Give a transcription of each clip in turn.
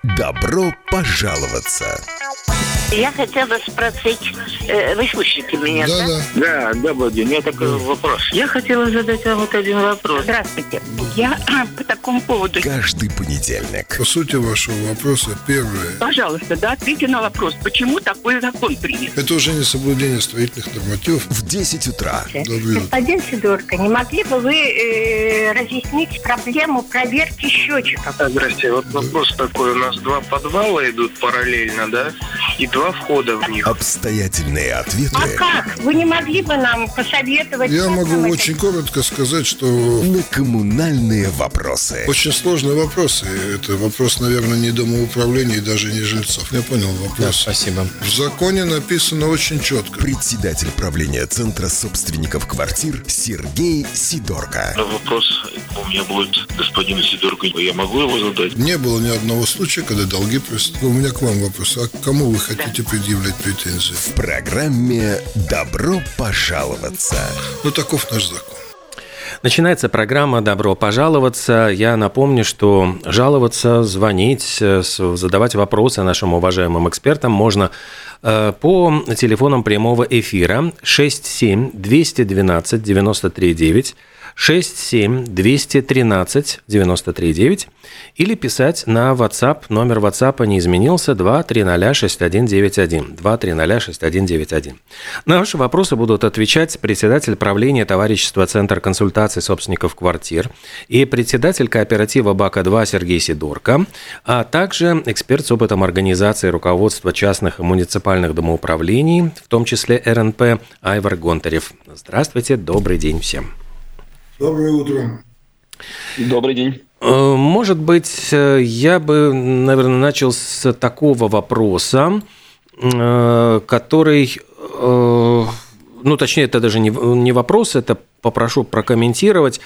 Добро пожаловаться! Я хотела спросить, вы слышите меня, да? Да, добрый день. У меня такой вопрос. Я хотела задать вам вот один вопрос. Здравствуйте. Я по такому поводу... Каждый понедельник. По сути вашего вопроса, первое. Пожалуйста, ответьте на вопрос, почему такой закон принят? Это уже не соблюдение строительных нормативов. В 10 утра. Господин Сидорко, не могли бы вы разъяснить проблему проверки счетчиков? Здрасте. Вот вопрос такой. У нас 2 подвала идут параллельно, да? И 2 входа в них. Обстоятельные ответы. А как? Вы не могли бы нам посоветовать? Я могу очень коротко сказать, что... На коммунальные вопросы. Очень сложные вопросы. Это вопрос, наверное, не домоуправления и даже не жильцов. Я понял вопрос. Да, спасибо. В законе написано очень четко. Председатель правления Центра собственников квартир Сергей Сидорко. Вопрос у меня будет господину Сидорко. Я могу его задать? Не было ни одного случая, когда долги просят. У меня к вам вопрос. А к кому вы хотите предъявлять претензии? В программе «Добро пожаловаться». Ну, таков наш закон. Начинается программа «Добро пожаловаться». Я напомню, что жаловаться, звонить, задавать вопросы нашим уважаемым экспертам можно по телефонам прямого эфира 67-212-93-9, 67-213-93-9 или писать на WhatsApp. Номер WhatsApp не изменился, 2306191, 2306191. На ваши вопросы будут отвечать председатель правления товарищества «Центр консультаций собственников квартир» и председатель кооператива «Бака-2» Сергей Сидорко, а также эксперт с опытом организации руководства частных и муниципальных домоуправлений, в том числе РНП, Айвар Гонтарев. Здравствуйте, добрый день всем. Доброе утро. Добрый день. Может быть, я бы, наверное, начал с такого вопроса, который, точнее, это даже не вопрос, это попрошу прокомментировать.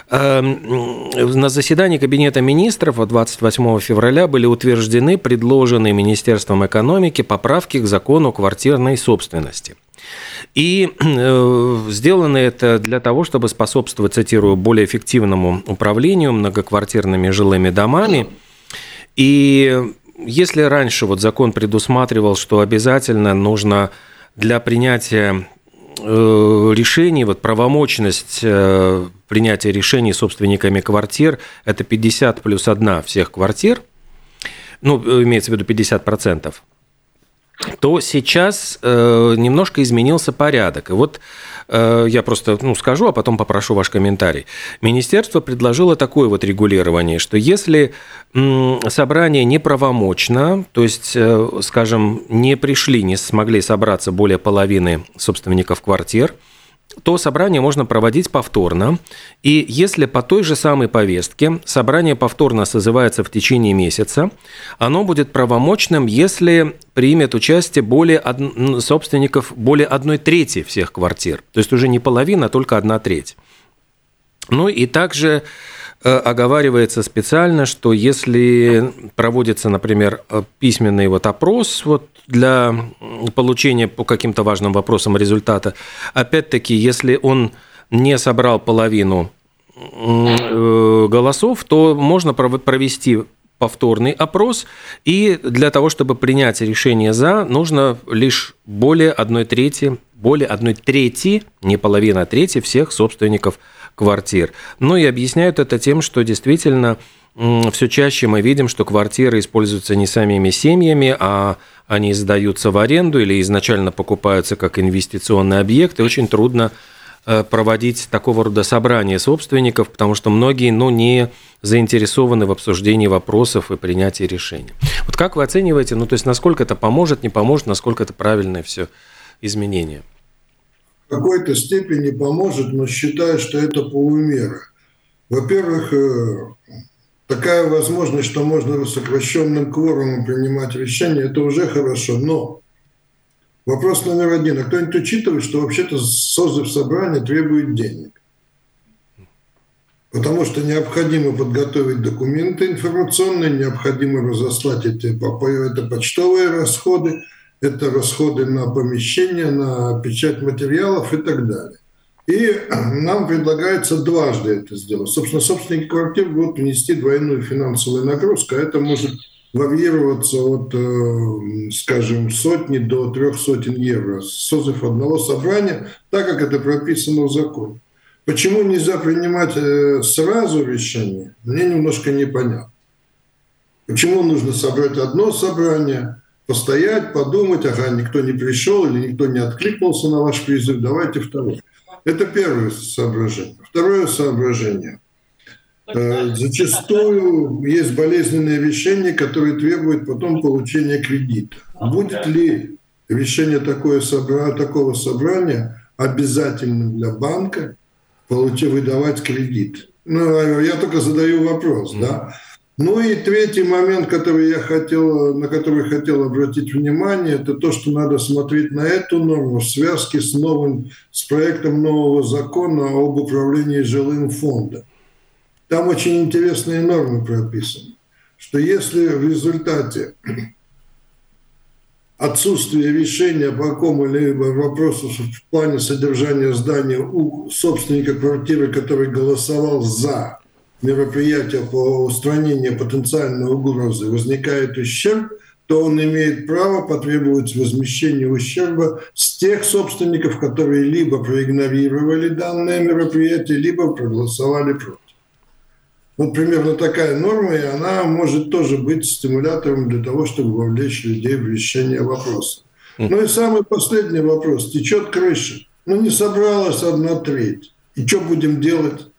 На заседании Кабинета министров 28 февраля были утверждены предложенные Министерством экономики поправки к закону о квартирной собственности. И сделано это для того, чтобы способствовать, цитирую, более эффективному управлению многоквартирными жилыми домами. И если раньше закон предусматривал, что обязательно нужно для принятия решений, правомочность принятия решений собственниками квартир – это 50 плюс 1 всех квартир, имеется в виду 50%, то сейчас немножко изменился порядок. И я просто скажу, а потом попрошу ваш комментарий. Министерство предложило такое регулирование, что если собрание неправомочно, то есть, скажем, не смогли собраться более половины собственников квартир, то собрание можно проводить повторно. И если по той же самой повестке собрание повторно созывается в течение месяца, оно будет правомочным, если примет участие собственников более 1/3 всех квартир. То есть уже не половина, а только 1/3. И также оговаривается специально, что если проводится, например, письменный опрос для получения по каким-то важным вопросам результата, опять-таки, если он не собрал половину голосов, то можно провести повторный опрос, и для того, чтобы принять решение «за», нужно лишь более 1/3, не половина, а трети всех собственников квартир. И объясняют это тем, что действительно все чаще мы видим, что квартиры используются не самими семьями, а они сдаются в аренду или изначально покупаются как инвестиционный объект, и очень трудно проводить такого рода собрания собственников, потому что многие не заинтересованы в обсуждении вопросов и принятии решений. Как вы оцениваете, то есть насколько это поможет, не поможет, насколько это правильное все изменение? В какой-то степени поможет, но считаю, что это полумера. Во-первых, такая возможность, что можно с сокращенным кворумом принимать решения, это уже хорошо, но вопрос номер 1. А кто-нибудь учитывает, что вообще-то созыв собрания требует денег? Потому что необходимо подготовить документы информационные, необходимо разослать это почтовые расходы, это расходы на помещение, на печать материалов и так далее. И нам предлагается дважды это сделать. Собственно, собственники квартир будут внести двойную финансовую нагрузку, а это может варьироваться от, скажем, сотни до 300 евро. Созыв одного собрания, так как это прописано в законе. Почему нельзя принимать сразу решение, мне немножко непонятно. Почему нужно собрать одно собрание, постоять, подумать, ага, никто не пришел или никто не откликнулся на ваш призыв, давайте второе. Это первое соображение. Второе соображение. Зачастую есть болезненные решения, которые требуют потом получения кредита. Будет ли решение такого собрания обязательным для банка выдавать кредит? Ну, я только задаю вопрос, да. Ну и третий момент, на который хотел обратить внимание, это то, что надо смотреть на эту норму в связке с проектом нового закона об управлении жилым фондом. Там очень интересные нормы прописаны, что если в результате отсутствия решения по какому-либо вопросу в плане содержания здания у собственника квартиры, который голосовал за мероприятие по устранению потенциальной угрозы, возникает ущерб, то он имеет право потребовать возмещения ущерба с тех собственников, которые либо проигнорировали данное мероприятие, либо проголосовали против. Вот примерно такая норма, и она может тоже быть стимулятором для того, чтобы вовлечь людей в решение вопроса. Ну и самый последний вопрос. Течет крыша. Ну не собралась 1/3. И что будем делать?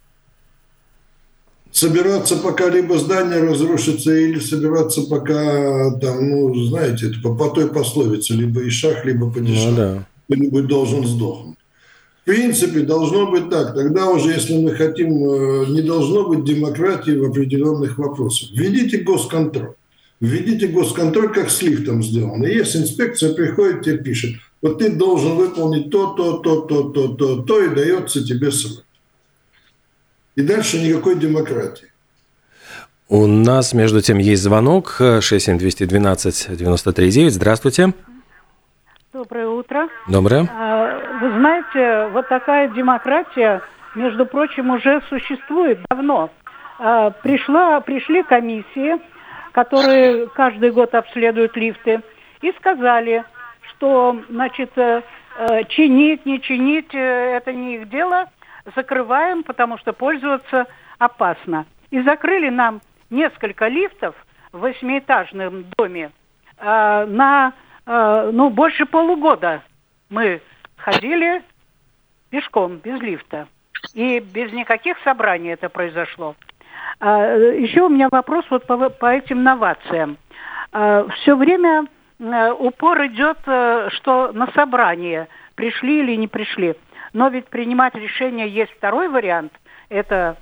Собираться, пока либо здание разрушится, или собираться, пока, там, ну, знаете, это по той пословице, либо ишах, либо падишах. Ну, да. Кто-нибудь должен сдохнуть. В принципе, должно быть так. Тогда уже, если мы хотим, не должно быть демократии в определенных вопросах. Введите госконтроль. Введите госконтроль, как с лифтом сделано. И если инспекция приходит, тебе пишет, вот ты должен выполнить то, и дается тебе срок. И дальше никакой демократии. У нас, между тем, есть звонок 67212-93-9. Здравствуйте. Доброе утро. Доброе. Вы знаете, вот такая демократия, между прочим, уже существует давно. Пришли комиссии, которые каждый год обследуют лифты, и сказали, что, значит, чинить, не чинить, это не их дело, закрываем, потому что пользоваться опасно. И закрыли нам несколько лифтов в 8-этажном доме на больше полугода. Мы ходили пешком, без лифта. И без никаких собраний это произошло. Еще у меня вопрос вот по этим новациям. Все время упор идет, что на собрание пришли или не пришли. Но ведь принимать решение есть второй вариант. Это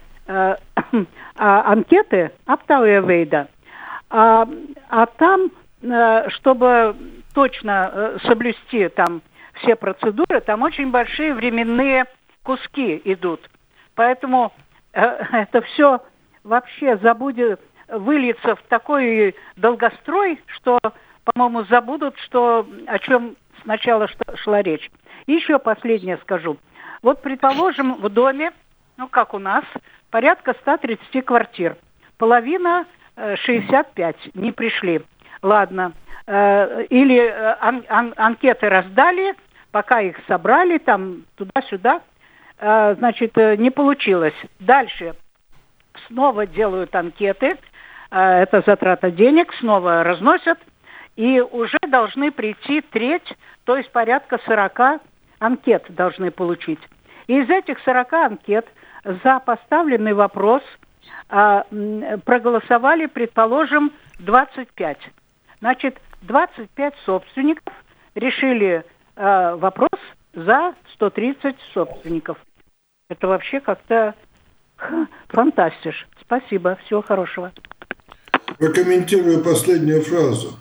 анкеты Аптауэвейда. А там, чтобы точно соблюсти там все процедуры, там очень большие временные куски идут. Поэтому это все вообще выльется в такой долгострой, что, по-моему, забудут, о чем сначала шла речь. И еще последнее скажу. Вот, предположим, в доме, ну, как у нас, порядка 130 квартир. Половина 65 не пришли. Ладно. Или анкеты раздали, пока их собрали, там, туда-сюда, значит, не получилось. Дальше снова делают анкеты, это затрата денег, снова разносят, и уже должны прийти треть, то есть порядка 40 анкет должны получить. И из этих 40 анкет за поставленный вопрос проголосовали, предположим, 25. Значит, 25 собственников решили вопрос за 130 собственников. Это вообще как-то фантастиш. Спасибо, всего хорошего. Прокомментирую последнюю фразу.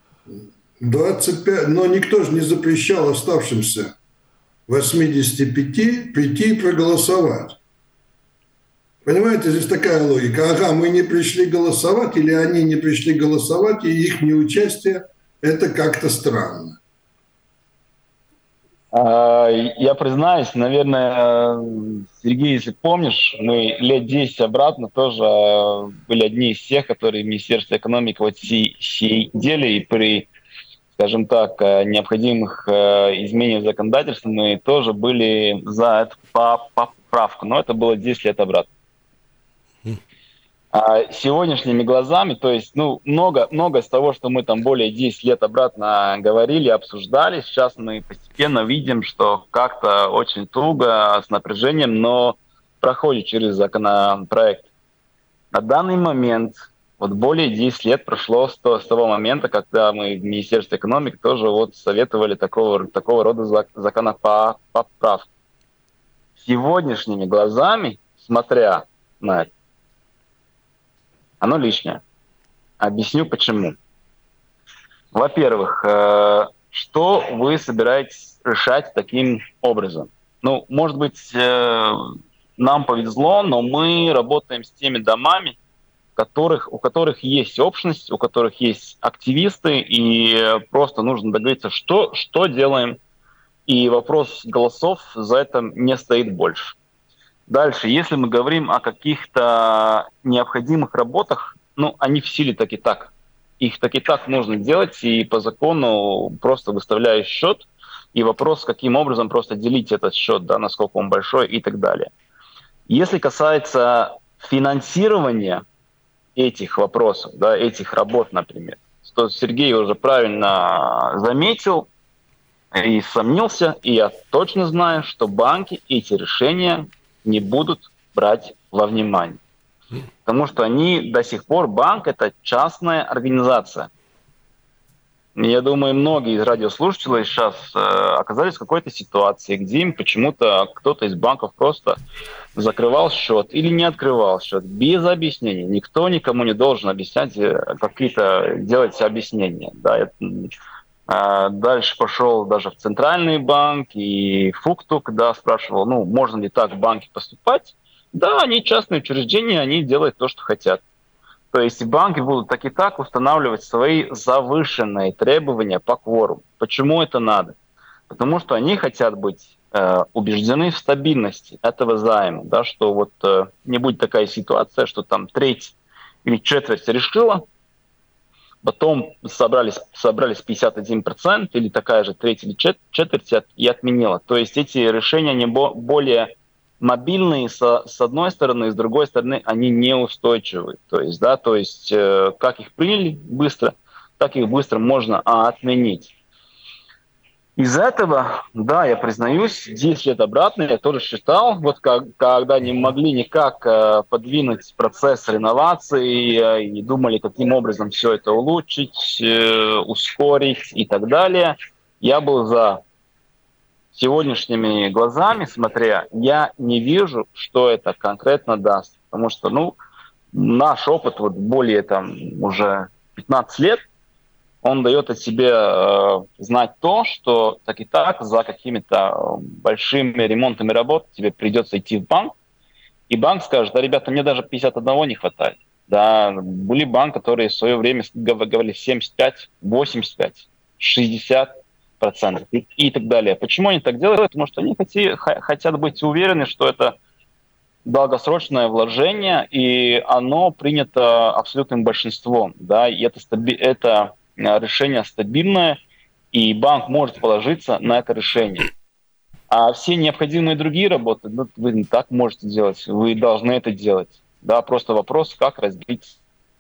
25, но никто же не запрещал оставшимся 85 прийти и проголосовать. Понимаете, здесь такая логика. Ага, мы не пришли голосовать, или они не пришли голосовать, и их неучастие – это как-то странно. Я признаюсь, наверное, Сергей, если помнишь, мы лет 10 обратно тоже были одни из тех, которые в Министерстве экономики вот сидели и при, скажем так, необходимых изменениях в законодательстве мы тоже были за эту поправку, но это было 10 лет обратно. Сегодняшними глазами, то есть, много из того, что мы там более 10 лет обратно говорили, обсуждали, сейчас мы постепенно видим, что как-то очень туго, с напряжением, но проходит через законопроект. На данный момент, вот более 10 лет прошло с того момента, когда мы в Министерстве экономики тоже вот советовали такого рода законопроправки. Сегодняшними глазами, смотря на это, оно лишнее. Объясню почему. Во-первых, что вы собираетесь решать таким образом? Может быть, нам повезло, но мы работаем с теми домами, у которых есть общность, у которых есть активисты, и просто нужно договориться, что делаем, и вопрос голосов за это не стоит больше. Дальше, если мы говорим о каких-то необходимых работах, они в силе так и так. Их так и так нужно делать, и по закону просто выставляю счет, и вопрос, каким образом просто делить этот счет, насколько он большой и так далее. Если касается финансирования этих вопросов, этих работ, например, то Сергей уже правильно заметил и сомнился, и я точно знаю, что банки эти решения не будут брать во внимание. Потому что они до сих пор, банк – это частная организация. Я думаю, многие из радиослушателей сейчас оказались в какой-то ситуации, где им почему-то кто-то из банков просто закрывал счет или не открывал счет без объяснений. Никто никому не должен объяснять, какие-то делать объяснения. Дальше пошел даже в Центральный банк и ФУКТУК, спрашивал, можно ли так в банке поступать. Да, они частные учреждения, они делают то, что хотят. То есть банки будут так и так устанавливать свои завышенные требования по кворуму. Почему это надо? Потому что они хотят быть убеждены в стабильности этого займа, что не будет такая ситуация, что там треть или четверть решила, потом собрались 51%, или такая же треть или четверть и отменила. То есть эти решения они более мобильные с одной стороны, с другой стороны они неустойчивые. То есть, как их приняли быстро, так их быстро можно отменить. Из-за этого, я признаюсь, 10 лет обратно я тоже считал, когда не могли никак подвинуть процесс реновации и думали, каким образом все это улучшить, ускорить и так далее, я был за. Сегодняшними глазами, смотря, я не вижу, что это конкретно даст. Потому что, наш опыт более уже 15 лет, он дает о себе знать то, что так и так за какими-то большими ремонтами работ тебе придется идти в банк, и банк скажет, ребята, мне даже 51 не хватает. Были банки, которые в свое время говорили 75, 85, 60%. И так далее. Почему они так делают? Потому что они хотят быть уверены, что это долгосрочное вложение, и оно принято абсолютным большинством. И это решение стабильное, и банк может положиться на это решение. А все необходимые другие работы, вы не так можете делать, вы должны это делать. Просто вопрос, как разбить.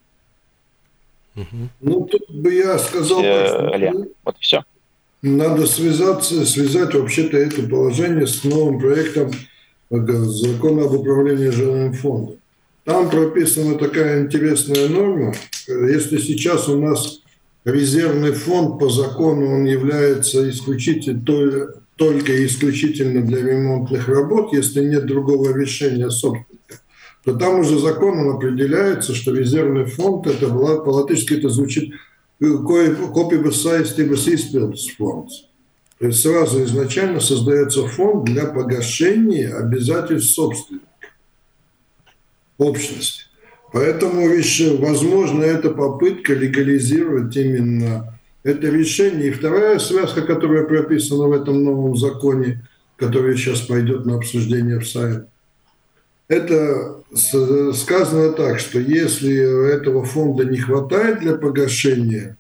Тут бы я сказал... Вот и все. Надо связать вообще-то это положение с новым проектом закона об управлении жилым фондом. Там прописана такая интересная норма. Если сейчас у нас резервный фонд по закону, он является только исключительно для ремонтных работ, если нет другого решения собственника, то там уже законом определяется, что резервный фонд, это по-латышски это звучит копибас saistības izpildes фонд. То есть сразу изначально создается фонд для погашения обязательств собственника, общности. Поэтому, возможно, это попытка легализировать именно это решение. И вторая связка, которая прописана в этом новом законе, который сейчас пойдет на обсуждение в Сайт, это сказано так, что если этого фонда не хватает для погашения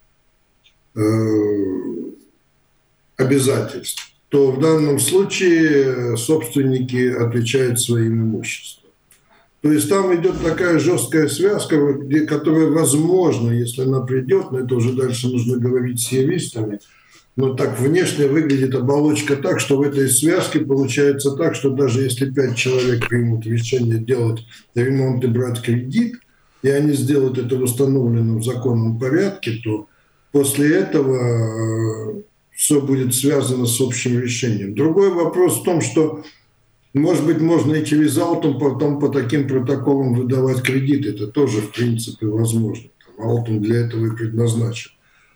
обязательств, то в данном случае собственники отвечают своим имуществом. То есть там идет такая жесткая связка, которая, возможно, если она придет, но это уже дальше нужно говорить с юристами, но так внешне выглядит оболочка так, что в этой связке получается так, что даже если 5 человек примут решение делать ремонт и брать кредит, и они сделают это в установленном законном порядке, то после этого все будет связано с общим решением. Другой вопрос в том, что, может быть, можно и через Алтум потом по таким протоколам выдавать кредиты. Это тоже, в принципе, возможно. Алтум для этого и предназначен.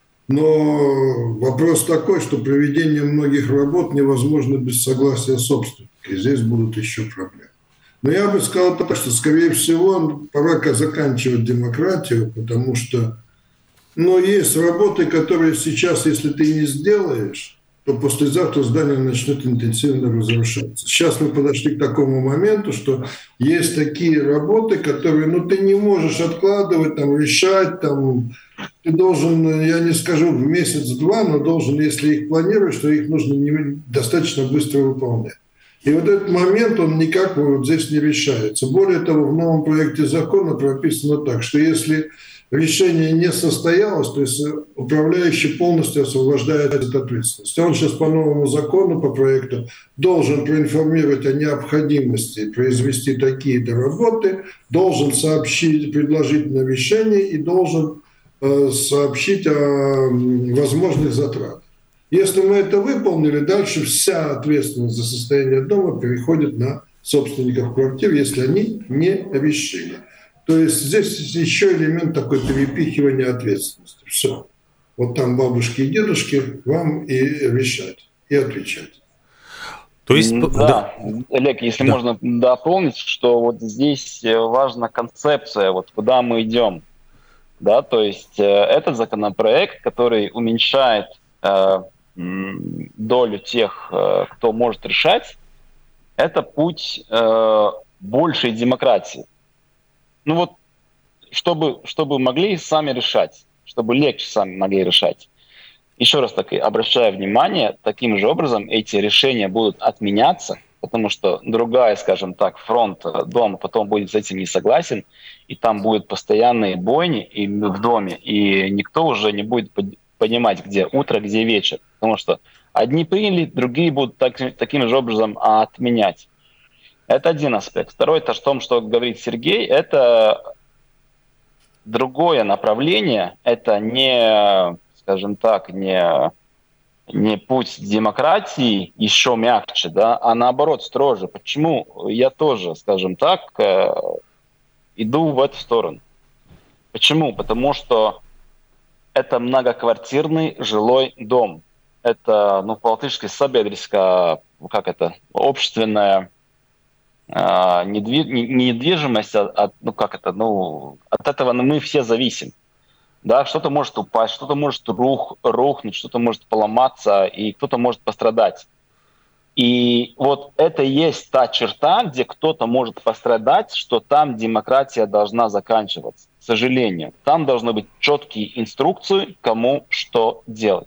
Но вопрос такой, что проведение многих работ невозможно без согласия собственника. И здесь будут еще проблемы. Но я бы сказал так, что, скорее всего, пора заканчивать демократию, потому что есть работы, которые сейчас, если ты не сделаешь, то послезавтра здание начнет интенсивно разрушаться. Сейчас мы подошли к такому моменту, что есть такие работы, которые ты не можешь откладывать, решать, ты должен, я не скажу в месяц-два, но должен, если их планируешь, то их нужно достаточно быстро выполнять. И вот этот момент, он никак здесь не решается. Более того, в новом проекте закона прописано так, что если решение не состоялось, то есть управляющий полностью освобождает от ответственности. Он сейчас по новому закону, по проекту, должен проинформировать о необходимости произвести такие-то работы, должен сообщить предложительное решение и должен сообщить о возможных затратах. Если мы это выполнили, дальше вся ответственность за состояние дома переходит на собственников квартир, если они не решили. То есть здесь еще элемент такой перепихивания ответственности. Все. Вот там бабушки и дедушки, вам и решать, и отвечать. То есть, да, Олег, если можно дополнить, что вот здесь важна концепция, куда мы идем. Да, то есть этот законопроект, который уменьшает долю тех, кто может решать, это путь большей демократии. Чтобы могли сами решать, чтобы легче сами могли решать. Еще раз обращаю внимание, таким же образом эти решения будут отменяться, потому что другая, скажем так, фронт дома потом будет с этим не согласен, и там будут постоянные бойни в доме, и никто уже не будет понимать, где утро, где вечер. Потому что одни приняли, другие будут таким же образом отменять. Это один аспект. Второй, то, что говорит Сергей, это другое направление. Это не, скажем так, не путь демократии еще мягче, да, а наоборот строже. Почему я тоже, скажем так, иду в эту сторону? Почему? Потому что это многоквартирный жилой дом. Это, по-латышски, сабедрическая, общественная недвижимость. От этого мы все зависим. Да, что-то может упасть, что-то может рухнуть, что-то может поломаться, и кто-то может пострадать. И вот это и есть та черта, где кто-то может пострадать, что там демократия должна заканчиваться. К сожалению, там должны быть четкие инструкции, кому что делать.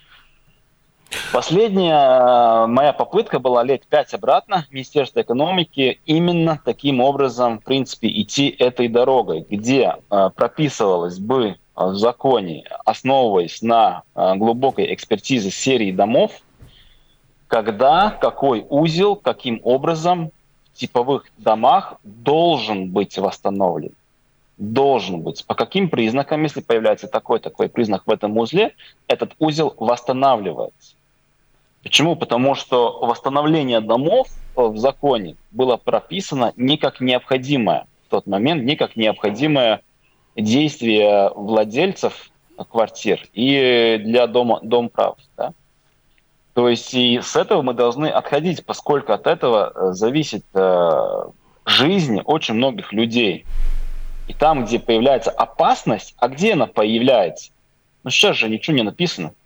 Последняя моя попытка была лет 5 обратно в Министерство экономики именно таким образом, в принципе, идти этой дорогой, где прописывалось бы в законе, основываясь на глубокой экспертизе серии домов, когда, какой узел, каким образом в типовых домах должен быть восстановлен. Должен быть. По каким признакам, если появляется такой признак в этом узле, этот узел восстанавливается. Почему? Потому что восстановление домов в законе было прописано не как необходимое в тот момент, не как необходимое действие владельцев квартир и для домправ. Да? То есть и с этого мы должны отходить, поскольку от этого зависит жизнь очень многих людей. И там, где появляется опасность, а где она появляется? Сейчас же ничего не написано.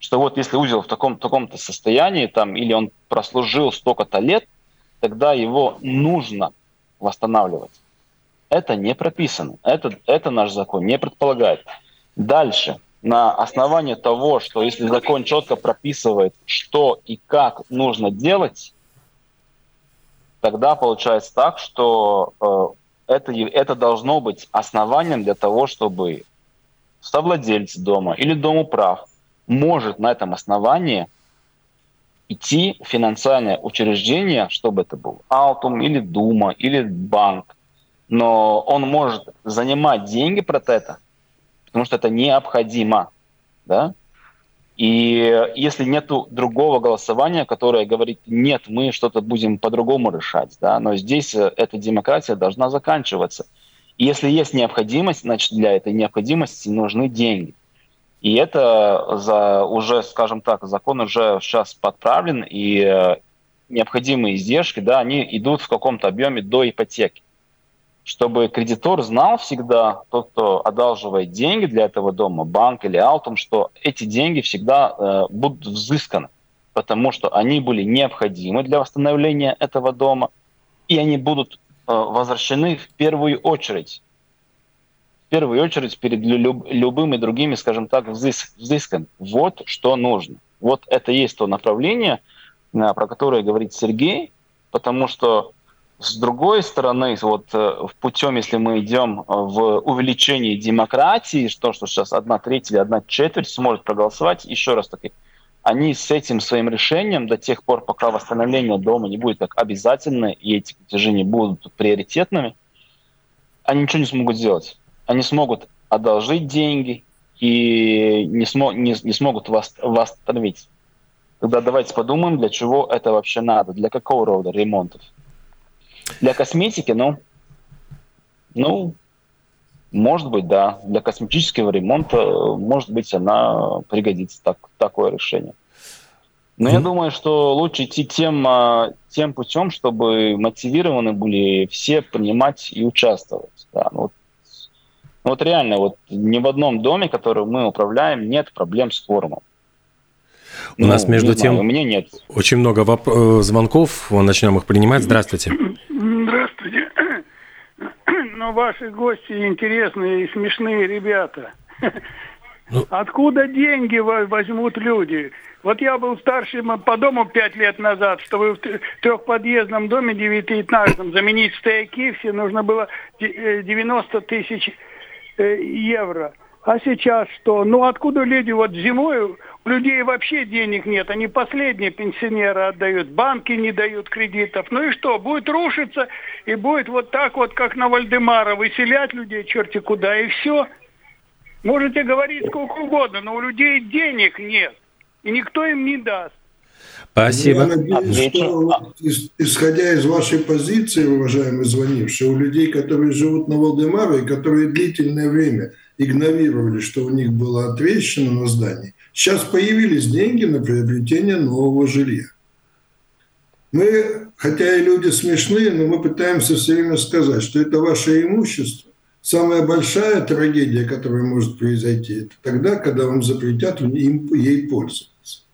что вот если узел в таком-то состоянии, там, или он прослужил столько-то лет, тогда его нужно восстанавливать. Это не прописано. Это наш закон не предполагает. Дальше. На основании того, что если закон четко прописывает, что и как нужно делать, тогда получается так, что это должно быть основанием для того, чтобы совладелец дома или домоуправ может на этом основании идти в финансовое учреждение, чтобы это был Алтум или Дума или банк, но он может занимать деньги про это, потому что это необходимо, да? И если нету другого голосования, которое говорит, нет, мы что-то будем по-другому решать, да, но здесь эта демократия должна заканчиваться. И если есть необходимость, значит, для этой необходимости нужны деньги. И это уже, скажем так, закон уже сейчас подправлен, и необходимые издержки, да, они идут в каком-то объеме до ипотеки. Чтобы кредитор знал всегда, тот, кто одалживает деньги для этого дома, банк или Алтум, что эти деньги всегда будут взысканы, потому что они были необходимы для восстановления этого дома, и они будут возвращены в первую очередь перед любыми другими, скажем так, взысками. Вот что нужно. Вот это есть то направление, про которое говорит Сергей, потому что с другой стороны, вот путем, если мы идем в увеличение демократии, что сейчас 1/3 или 1/4 сможет проголосовать, еще раз таки, они с этим своим решением до тех пор, пока восстановление дома не будет как обязательно, и эти платежи не будут приоритетными, они ничего не смогут сделать. Они смогут одолжить деньги и не смогут восстановить. Тогда давайте подумаем, для чего это вообще надо, для какого рода ремонтов. Для косметики, может быть, да. Для косметического ремонта, может быть, она пригодится, такое решение. Но я думаю, что лучше идти тем путем, чтобы мотивированы были все принимать и участвовать. Да. Вот реально, вот ни в одном доме, который мы управляем, нет проблем с кворумом. У нас, между тем, у меня нет. Очень много звонков, начнем их принимать. Здравствуйте. Здравствуйте. Ваши гости интересные и смешные ребята. Откуда деньги возьмут люди? Вот я был старшим по дому 5 лет назад, чтобы в трехподъездном доме 9-этажном заменить стояки, все нужно было 90 тысяч евро. А сейчас что? Откуда люди зимой, у людей вообще денег нет, они последние пенсионеры отдают, банки не дают кредитов. И что, будет рушиться, и будет вот так вот, как на Вальдемара, выселять людей черти куда, и все. Можете говорить сколько угодно, но у людей денег нет, и никто им не даст. Спасибо. Я надеюсь, что, исходя из вашей позиции, уважаемый звонивший, у людей, которые живут на Вальдемаре, и которые длительное время игнорировали, что у них было отвешено на здании, сейчас появились деньги на приобретение нового жилья. Мы, хотя и люди смешные, но мы пытаемся все время сказать, что это ваше имущество. Самая большая трагедия, которая может произойти, это тогда, когда вам запретят ей пользоваться.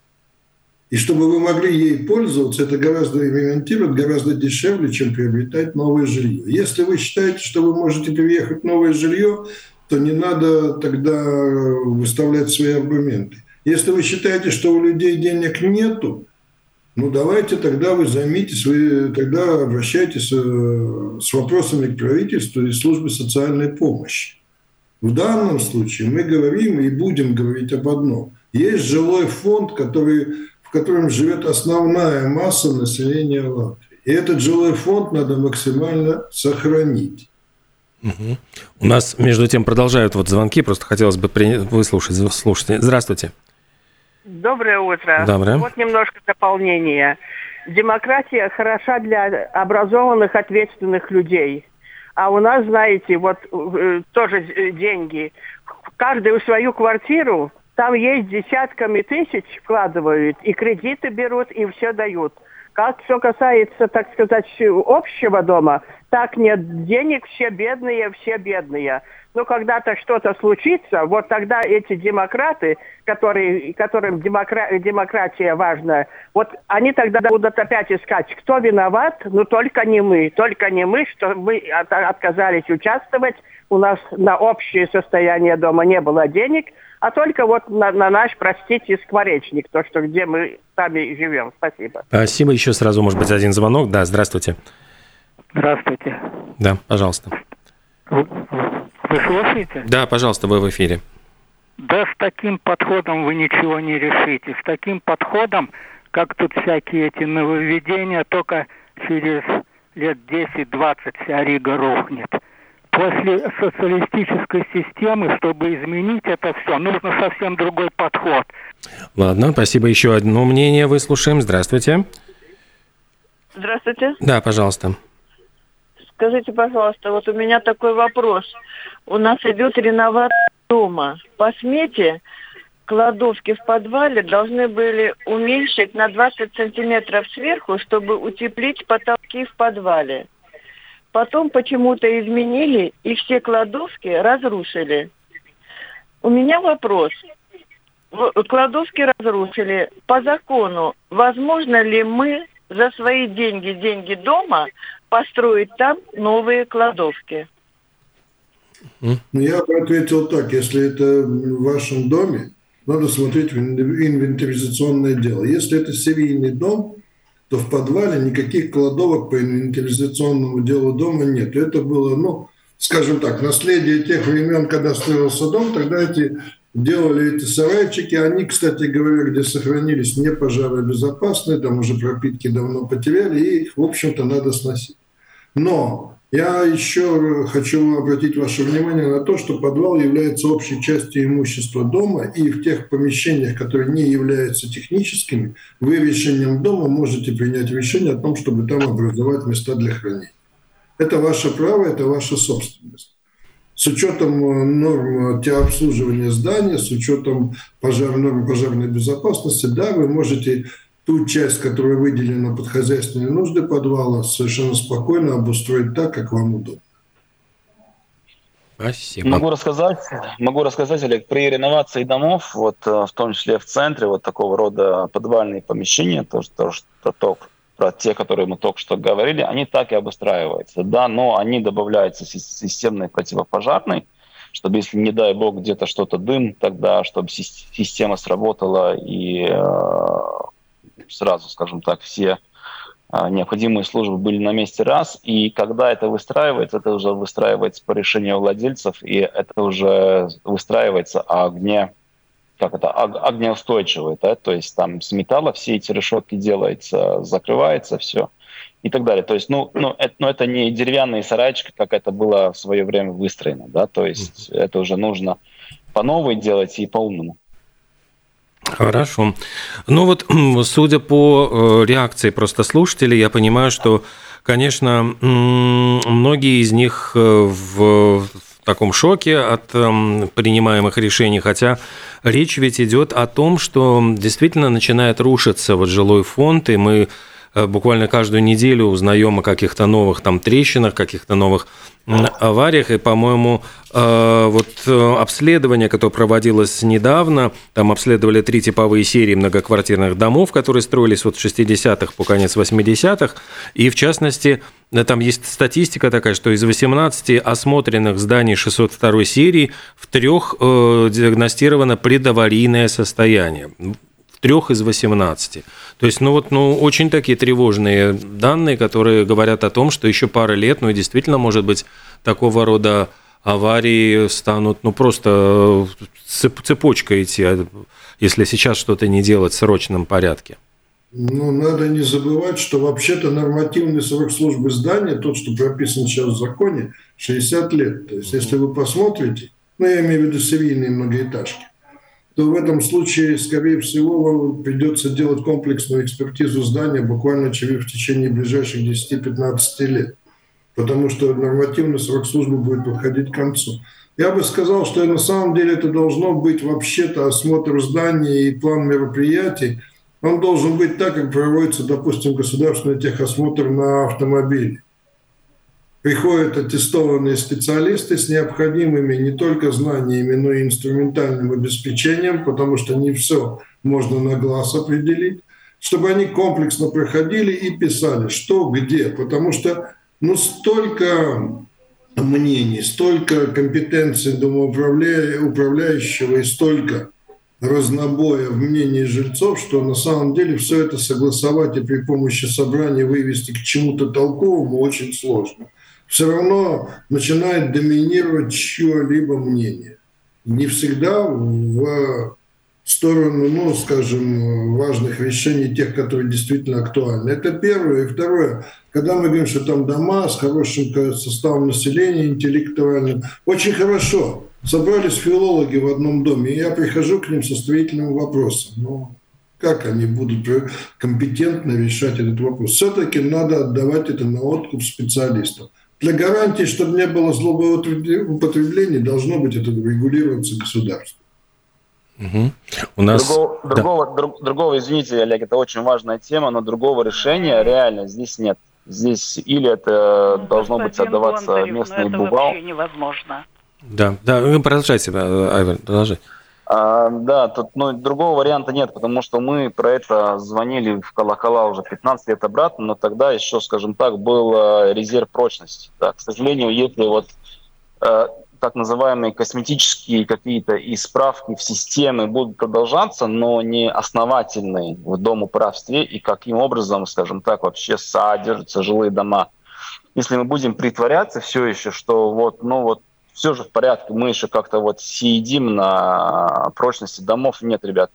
И чтобы вы могли ей пользоваться, это гораздо ремонтировать гораздо дешевле, чем приобретать новое жилье. Если вы считаете, что вы можете переехать в новое жилье, то не надо тогда выставлять свои аргументы. Если вы считаете, что у людей денег нету, давайте тогда вы займитесь, вы тогда обращайтесь с вопросами к правительству и службе социальной помощи. В данном случае мы говорим и будем говорить об одном. Есть жилой фонд, в котором живет основная масса населения Латвии. И этот жилой фонд надо максимально сохранить. Угу. У нас, между тем, продолжают звонки, просто хотелось бы выслушать. Слушайте. Здравствуйте. Доброе утро. Доброе. Вот немножко дополнения. Демократия хороша для образованных, ответственных людей. А у нас, знаете, тоже деньги. Каждую свою квартиру, там есть десятками тысяч вкладывают, и кредиты берут, и все дают. Как все касается, так сказать, общего дома, Так нет денег, все бедные, все бедные. Но когда-то что-то случится, вот тогда эти демократы, которым демократия важна, вот они тогда будут опять искать, кто виноват, но только не мы, что мы отказались участвовать, у нас на общее состояние дома не было денег, а только вот на наш, простите, скворечник, то, что где мы сами живем. Спасибо. Спасибо. Еще сразу, может быть, один звонок. Да, здравствуйте. Здравствуйте. Да, пожалуйста. Вы слушаете? Да, пожалуйста, вы в эфире. Да, с таким подходом вы ничего не решите. С таким подходом, как тут всякие эти нововведения, только через лет 10-20 вся Рига рухнет. После социалистической системы, чтобы изменить это все, нужно совсем другой подход. Ладно, спасибо. Еще одно мнение выслушаем. Здравствуйте. Здравствуйте. Да, пожалуйста. Скажите, пожалуйста, вот у меня такой вопрос. У нас идет реновация дома. По смете кладовки в подвале должны были уменьшить на 20 сантиметров сверху, чтобы утеплить потолки в подвале. Потом почему-то изменили и все кладовки разрушили. У меня вопрос. Кладовки разрушили. По закону, возможно ли мы за свои деньги дома построить там новые кладовки? Я бы ответил так. Если это в вашем доме, надо смотреть в инвентаризационное дело. Если это серийный дом, то в подвале никаких кладовок по инвентаризационному делу дома нет. Это было, скажем так, наследие тех времен, когда строился дом, тогда делали эти сарайчики. Они, кстати говоря, где сохранились, не пожаробезопасные, там уже пропитки давно потеряли, и их, в общем-то, надо сносить. Но я еще хочу обратить ваше внимание на то, что подвал является общей частью имущества дома, и в тех помещениях, которые не являются техническими, вы решением дома можете принять решение о том, чтобы там образовать места для хранения. Это ваше право, это ваша собственность. С учетом норм обслуживания здания, с учетом норм пожарной безопасности, да, вы можете ту часть, которая выделена под хозяйственные нужды подвала, совершенно спокойно обустроить так, как вам удобно. Спасибо. Могу рассказать, Олег, при реновации домов, вот в том числе в центре, вот такого рода подвальные помещения, про те, которые мы только что говорили, они так и обустраиваются, да, но они добавляются системной противопожарной, чтобы, если, не дай бог, где-то что-то дым, тогда, чтобы система сработала и сразу, скажем так, все необходимые службы были на месте раз. И когда это выстраивается, это уже выстраивается по решению владельцев, и это уже выстраивается огнеустойчивый, да? То есть там с металла все эти решетки делаются, закрывается все и так далее. То есть, это не деревянные сарайчики, как это было в свое время выстроено, да? То есть это уже нужно по новой делать и по-умному. Хорошо. Судя по реакции просто слушателей, я понимаю, что, конечно, многие из них в таком шоке от принимаемых решений, хотя речь ведь идет о том, что действительно начинает рушиться жилой фонд, и мы буквально каждую неделю узнаем о каких-то новых трещинах, каких-то новых авариях, и, по-моему, обследование, которое проводилось недавно, там обследовали 3 типовые серии многоквартирных домов, которые строились от 60-х по конец 80-х, и, в частности, там есть статистика такая, что из 18 осмотренных зданий 602 серии в 3 диагностировано предаварийное состояние. 3 из 18. То есть, очень такие тревожные данные, которые говорят о том, что еще пара лет, и действительно, может быть, такого рода аварии станут, просто цепочкой идти, если сейчас что-то не делать в срочном порядке. Надо не забывать, что вообще-то нормативный срок службы здания, тот, что прописан сейчас в законе, 60 лет. То есть, если вы посмотрите, я имею в виду серийные многоэтажки, то в этом случае, скорее всего, вам придется делать комплексную экспертизу здания буквально в течение ближайших 10-15 лет, потому что нормативный срок службы будет подходить к концу. Я бы сказал, что на самом деле это должно быть вообще-то осмотр здания и план мероприятий. Он должен быть так, как проводится, допустим, государственный техосмотр на автомобиле. приходят аттестованные специалисты с необходимыми не только знаниями, но и инструментальным обеспечением, потому что не все можно на глаз определить, чтобы они комплексно проходили и писали, что, где, потому что столько мнений, столько компетенций домоуправляющего и столько разнобоя в мнении жильцов, что на самом деле все это согласовать и при помощи собрания вывести к чему-то толковому очень сложно. Все равно начинает доминировать чье-либо мнение. Не всегда в сторону, скажем, важных вещей, тех, которые действительно актуальны. Это первое. И второе, когда мы говорим, что там дома с хорошим составом населения, интеллектуальным, очень хорошо. Собрались филологи в одном доме, и я прихожу к ним со строительным вопросом. Как они будут компетентно решать этот вопрос? Все-таки надо отдавать это на откуп специалистам. Для гарантии, чтобы не было злоупотребления, должно быть это регулироваться государством. Угу. У нас... Другого, извините, Олег, это очень важная тема, но другого решения реально здесь нет. Здесь или это должно быть отдаваться Бондарев, местный бухгалтер. вообще невозможно. Да, вы продолжайте, Айвар, продолжай. Да, тут другого варианта нет, потому что мы про это звонили в колокола уже 15 лет обратно, но тогда еще, скажем так, был резерв прочности. Да, к сожалению, если так называемые косметические какие-то исправки в системе будут продолжаться, но не основательные в домоуправстве и каким образом, скажем так, вообще содержатся жилые дома. Если мы будем притворяться все еще, что все же в порядке, мы еще как-то съедим на прочности домов. Нет, ребят.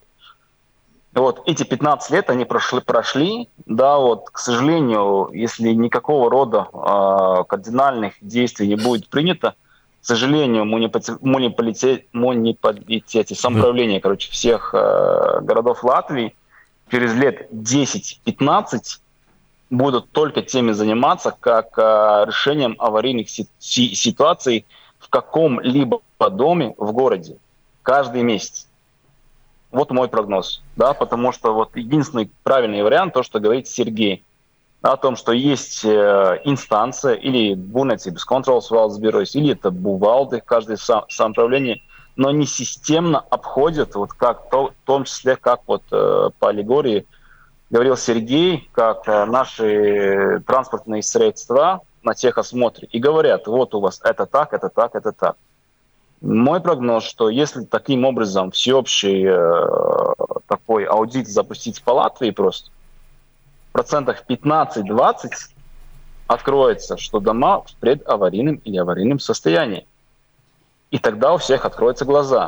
Эти 15 лет, они прошли. Да, к сожалению, если никакого рода кардинальных действий не будет принято, к сожалению, муниципалитете, самоуправление, всех городов Латвии через лет 10-15 будут только теми заниматься, как решением аварийных ситуаций в каком-либо доме в городе каждый месяц. Вот мой прогноз, да, потому что единственный правильный вариант, то, что говорит Сергей, о том, что есть инстанция или būvniecības контролс valsts бюро, или это бухгалтеры, каждое самоуправление, но они системно обходят, в том числе, как по аллегории говорил Сергей, как наши транспортные средства на техосмотре, и говорят, у вас это так, это так, это так. Мой прогноз, что если таким образом всеобщий такой аудит запустить по Латвии просто, 15-20% откроется, что дома в предаварийном или аварийном состоянии. И тогда у всех откроются глаза.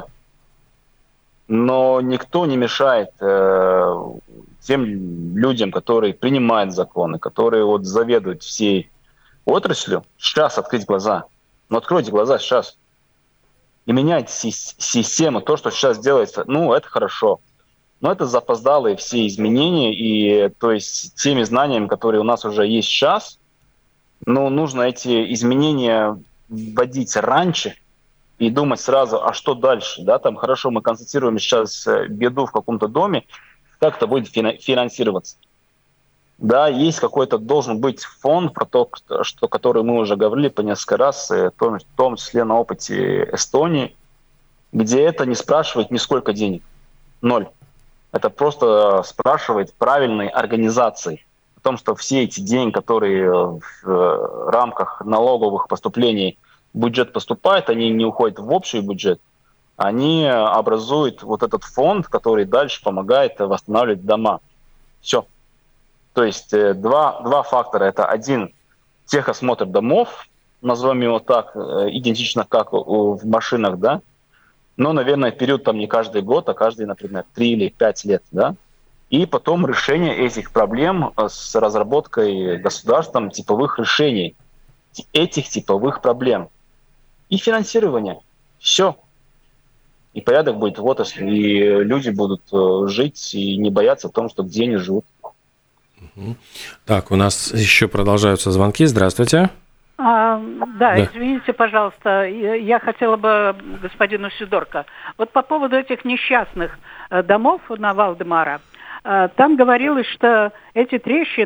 Но никто не мешает тем людям, которые принимают законы, которые заведуют всей отраслью, сейчас открыть глаза. Откройте глаза сейчас. И менять систему, то, что сейчас делается, это хорошо. Но это запоздалые все изменения, и то есть теми знаниями, которые у нас уже есть сейчас, нужно эти изменения вводить раньше и думать сразу, а что дальше? Да, там хорошо, мы констатируем сейчас беду в каком-то доме, как это будет финансироваться? Да, есть какой-то, должен быть фонд, про то, который мы уже говорили по несколько раз, в том числе на опыте Эстонии, где это не спрашивает ни сколько денег. 0. Это просто спрашивает правильной организации. О том, что все эти деньги, которые в рамках налоговых поступлений в бюджет поступают, они не уходят в общий бюджет, они образуют этот фонд, который дальше помогает восстанавливать дома. Все. То есть два фактора. Это один – техосмотр домов, назовем его так, идентично как в машинах, да. Но, наверное, период там не каждый год, а каждый, например, 3 или 5 лет, да. И потом решение этих проблем с разработкой государством типовых решений этих типовых проблем. И финансирование. Все. И порядок будет в отрасли, и люди будут жить и не бояться о том, что где они живут. Так, у нас еще продолжаются звонки. Здравствуйте. Да, извините, пожалуйста, я хотела бы господину Сидорко. По поводу этих несчастных домов на Валдемара, там говорилось, что эти трещины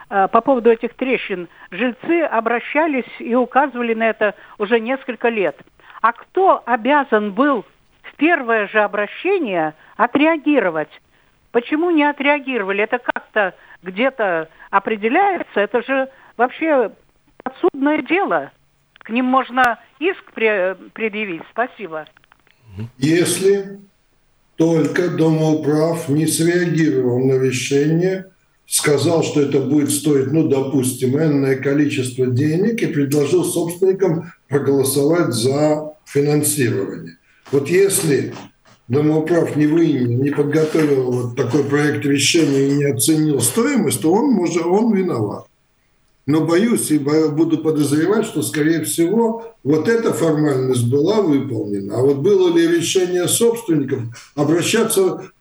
по поводу этих трещин, жильцы обращались и указывали на это уже несколько лет. А кто обязан был в первое же обращение отреагировать? Почему не отреагировали? Это как-то где-то определяется? Это же вообще подсудное дело. К ним можно иск предъявить. Спасибо. Если только Домоуправ не среагировал на решение, сказал, что это будет стоить, допустим, энное количество денег и предложил собственникам проголосовать за финансирование. Вот если Домоуправ не подготовил вот такой проект решения и не оценил стоимость, то он виноват. Но боюсь и буду подозревать, что, скорее всего, вот эта формальность была выполнена. А вот было ли решение собственников, обращаться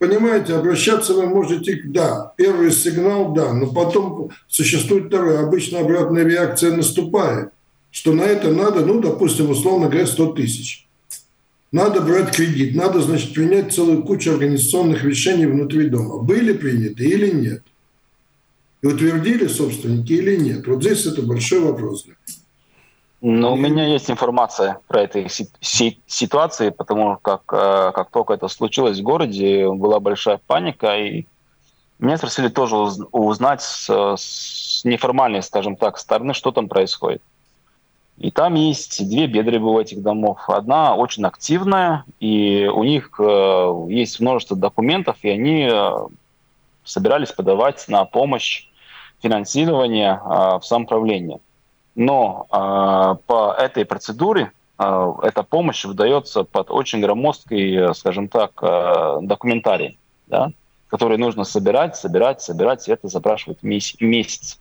вы можете, да, первый сигнал, да, но потом существует второй. Обычно обратная реакция наступает, что на это надо, допустим, условно говоря, 100 тысяч. Надо брать кредит, надо, принять целую кучу организационных решений внутри дома. Были приняты или нет? И утвердили собственники или нет? Вот здесь это большой вопрос. У меня есть информация про эти ситуации, потому как только это случилось в городе, была большая паника, и меня спросили тоже узнать с неформальной, скажем так, стороны, что там происходит. И там есть две беды у этих домов. Одна очень активная, и у них есть множество документов, и они собирались подавать на помощь финансирования в самоуправление. Но по этой процедуре эта помощь выдается под очень громоздкий, скажем так, документарий, да, который нужно собирать, и это запрашивает месяц.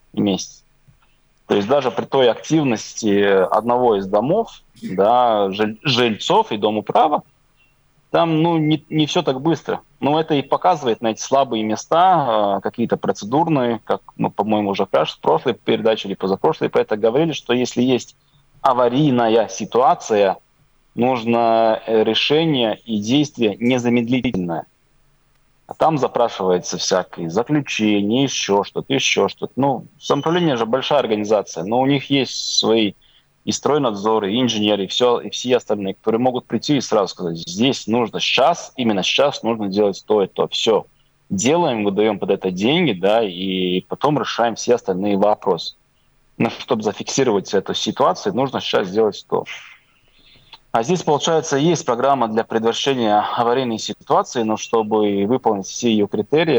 То есть даже при той активности одного из домов, да, жильцов и Домоуправа, там не все так быстро. Но это и показывает на эти слабые места, какие-то процедурные, как мы, по-моему, уже в прошлой передаче или позапрошлой про это говорили, что если есть аварийная ситуация, нужно решение и действие незамедлительное. А там запрашивается всякое заключение, еще что-то. Самоуправление же большая организация, но у них есть свои и стройнадзоры, и инженеры, и все остальные, которые могут прийти и сразу сказать, здесь нужно именно сейчас нужно делать то и то. Все. Делаем, выдаем под это деньги, да, и потом решаем все остальные вопросы. Но чтобы зафиксировать эту ситуацию, нужно сейчас сделать то. А здесь, получается, есть программа для предотвращения аварийной ситуации, но чтобы выполнить все ее критерии,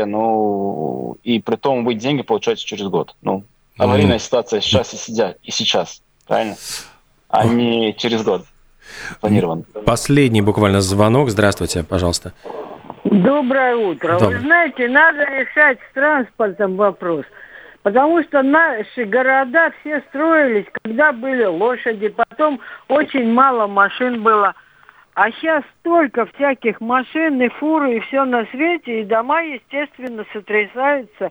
и при том вы деньги получаете через год. Аварийная ситуация сейчас. Правильно? А не через год планирован. Последний буквально звонок. Здравствуйте, пожалуйста. Доброе утро. Доброе. Вы знаете, надо решать с транспортом вопрос. Потому что наши города все строились, когда были лошади, потом очень мало машин было. А сейчас столько всяких машин и фур, и все на свете, и дома, естественно, сотрясаются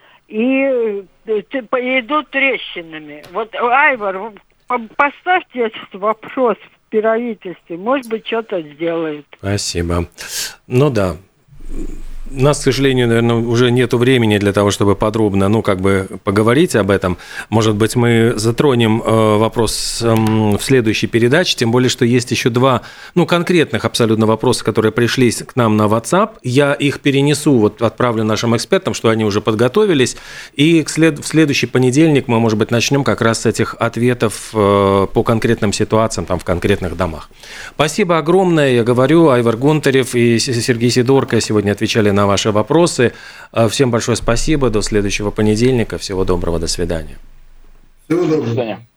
и идут трещинами. Вот, Айвар, поставьте этот вопрос в правительстве, может быть, что-то сделают. Спасибо. Да. У нас, к сожалению, наверное, уже нету времени для того, чтобы подробно, поговорить об этом. Может быть, мы затронем вопрос в следующей передаче, тем более, что есть еще два, конкретных абсолютно вопроса, которые пришли к нам на WhatsApp. Я их перенесу, отправлю нашим экспертам, что они уже подготовились, и в следующий понедельник мы, может быть, начнем как раз с этих ответов по конкретным ситуациям в конкретных домах. Спасибо огромное, я говорю, Айвар Гонтарев и Сергей Сидорко сегодня отвечали на ваши вопросы. Всем большое спасибо. До следующего понедельника. Всего доброго. До свидания. Всего доброго. До свидания.